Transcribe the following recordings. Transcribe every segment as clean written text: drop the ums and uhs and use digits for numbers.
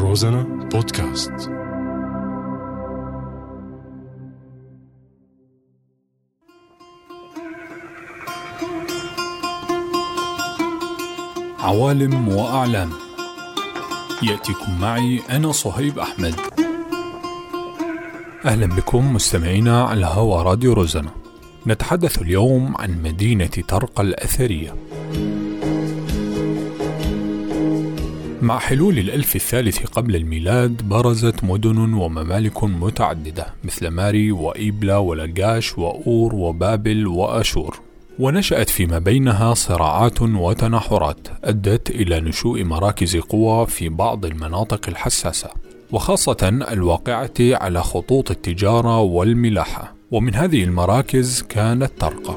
روزانا بودكاست. عوالم وأعلام، يأتيكم معي أنا صهيب أحمد. أهلا بكم مستمعينا على هوا راديو روزانا. نتحدث اليوم عن مدينة طرقة الأثرية. مع حلول الألف الثالث قبل الميلاد برزت مدن وممالك متعددة مثل ماري وإيبلا ولقاش وأور وبابل وأشور، ونشأت فيما بينها صراعات وتناحرات أدت إلى نشوء مراكز قوى في بعض المناطق الحساسة، وخاصة الواقعة على خطوط التجارة والملاحة، ومن هذه المراكز كانت طرقة.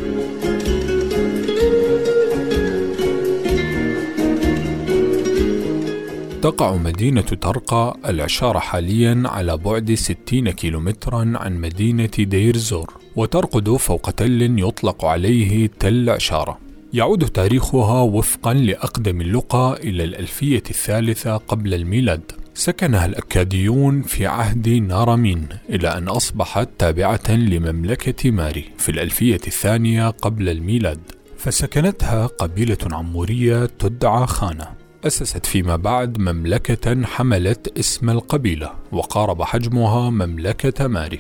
تقع مدينة طرقة العشارة حاليا على بعد 60 كيلومترا عن مدينة دير زور، وترقد فوق تل يطلق عليه تل عشارة. يعود تاريخها وفقا لأقدم اللقى إلى الألفية الثالثة قبل الميلاد. سكنها الأكاديون في عهد نارمين إلى أن أصبحت تابعة لمملكة ماري في الألفية الثانية قبل الميلاد، فسكنتها قبيلة عمورية تدعى خانة. أسست فيما بعد مملكة حملت اسم القبيلة، وقارب حجمها مملكة ماري.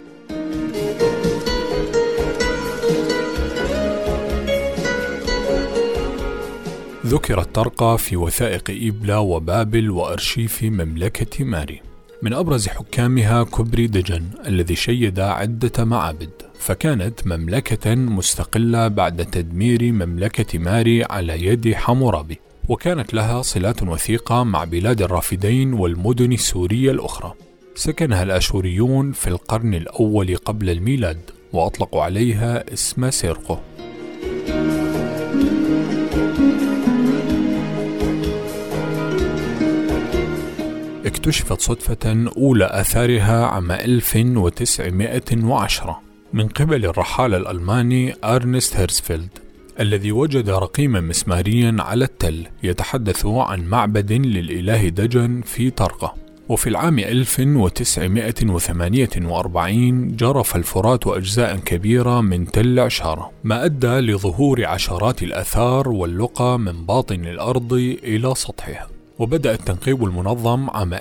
ذكرت طرقة في وثائق إيبلا وبابل وأرشيف مملكة ماري. من أبرز حكامها كبري دجن الذي شيد عدة معابد، فكانت مملكة مستقلة بعد تدمير مملكة ماري على يد حمورابي، وكانت لها صلات وثيقة مع بلاد الرافدين والمدن السورية الأخرى. سكنها الآشوريون في القرن الأول قبل الميلاد، وأطلقوا عليها اسم سيرقو. اكتشفت صدفة أولى آثارها عام 1910 من قبل الرحالة الألماني أرنست هيرسفيلد، الذي وجد رقيما مسماريا على التل يتحدث عن معبد للإله دجن في طرقة. وفي العام 1948 جرف الفرات أجزاء كبيرة من تل عشارة، ما أدى لظهور عشرات الآثار واللقى من باطن الأرض إلى سطحها. وبدأ التنقيب المنظم عام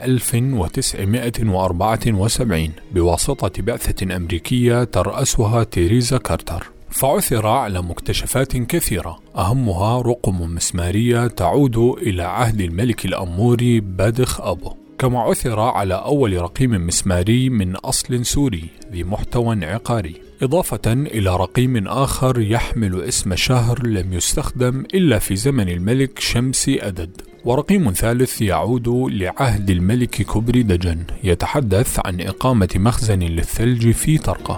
1974 بواسطة بعثة أمريكية ترأسها تيريزا كارتر، فعثر على مكتشفات كثيرة، أهمها رقم مسمارية تعود إلى عهد الملك الأموري بدخ أبو، كما عثر على أول رقيم مسماري من أصل سوري ذي محتوى عقاري، إضافة إلى رقيم آخر يحمل اسم شهر لم يستخدم إلا في زمن الملك شمسي أدد، ورقيم ثالث يعود لعهد الملك كبري دجن يتحدث عن إقامة مخزن للثلج في طرقة.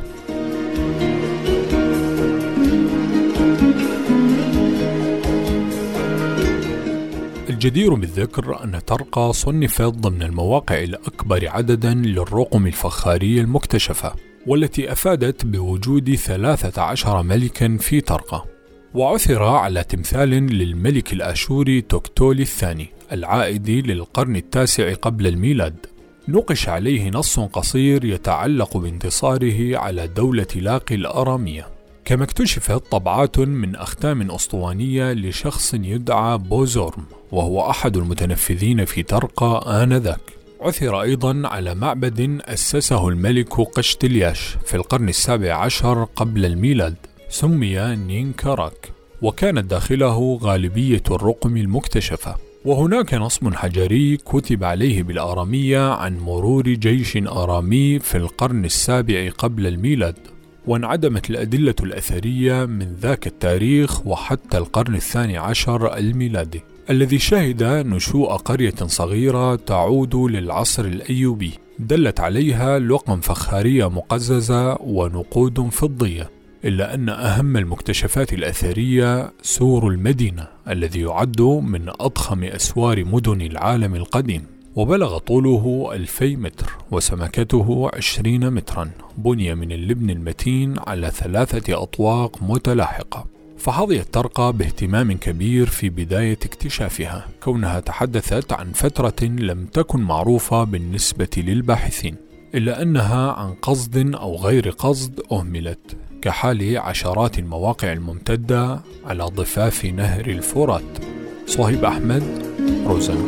الجدير بالذكر أن طرقة صنفت ضمن المواقع الأكبر عددا للرقم الفخارية المكتشفة، والتي أفادت بوجود 13 ملكا في طرقة. وعثر على تمثال للملك الآشوري توكتولي الثاني العائد للقرن التاسع قبل الميلاد، نقش عليه نص قصير يتعلق بانتصاره على دولة لاقي الأرامية. كما اكتشفت طبعات من أختام أسطوانية لشخص يدعى بوزورم، وهو أحد المتنفذين في طرقة آنذاك. عثر أيضا على معبد أسسه الملك قشتلياش في القرن السابع عشر قبل الميلاد، سمي نينكاراك، وكانت داخله غالبية الرقم المكتشفة. وهناك نصب حجري كتب عليه بالآرامية عن مرور جيش آرامي في القرن السابع قبل الميلاد، وانعدمت الأدلة الأثرية من ذاك التاريخ وحتى القرن الثاني عشر الميلادي، الذي شهد نشوء قرية صغيرة تعود للعصر الأيوبي دلت عليها لقم فخارية مقززة ونقود فضية. إلا أن أهم المكتشفات الأثرية سور المدينة، الذي يعد من أضخم أسوار مدن العالم القديم، وبلغ طوله 2000 متر وسمكته 20 مترا، بني من اللبن المتين على 3 أطواق متلاحقة. فحظيت ترقى باهتمام كبير في بداية اكتشافها، كونها تحدثت عن فترة لم تكن معروفة بالنسبة للباحثين، إلا أنها عن قصد أو غير قصد أهملت، كحال عشرات المواقع الممتدة على ضفاف نهر الفرات. صهيب أحمد، روزانا.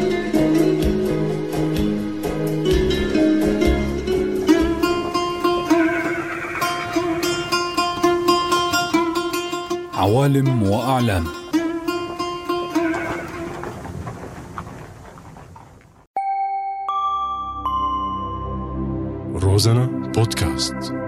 عوالم وأعلام. روزانا بودكاست.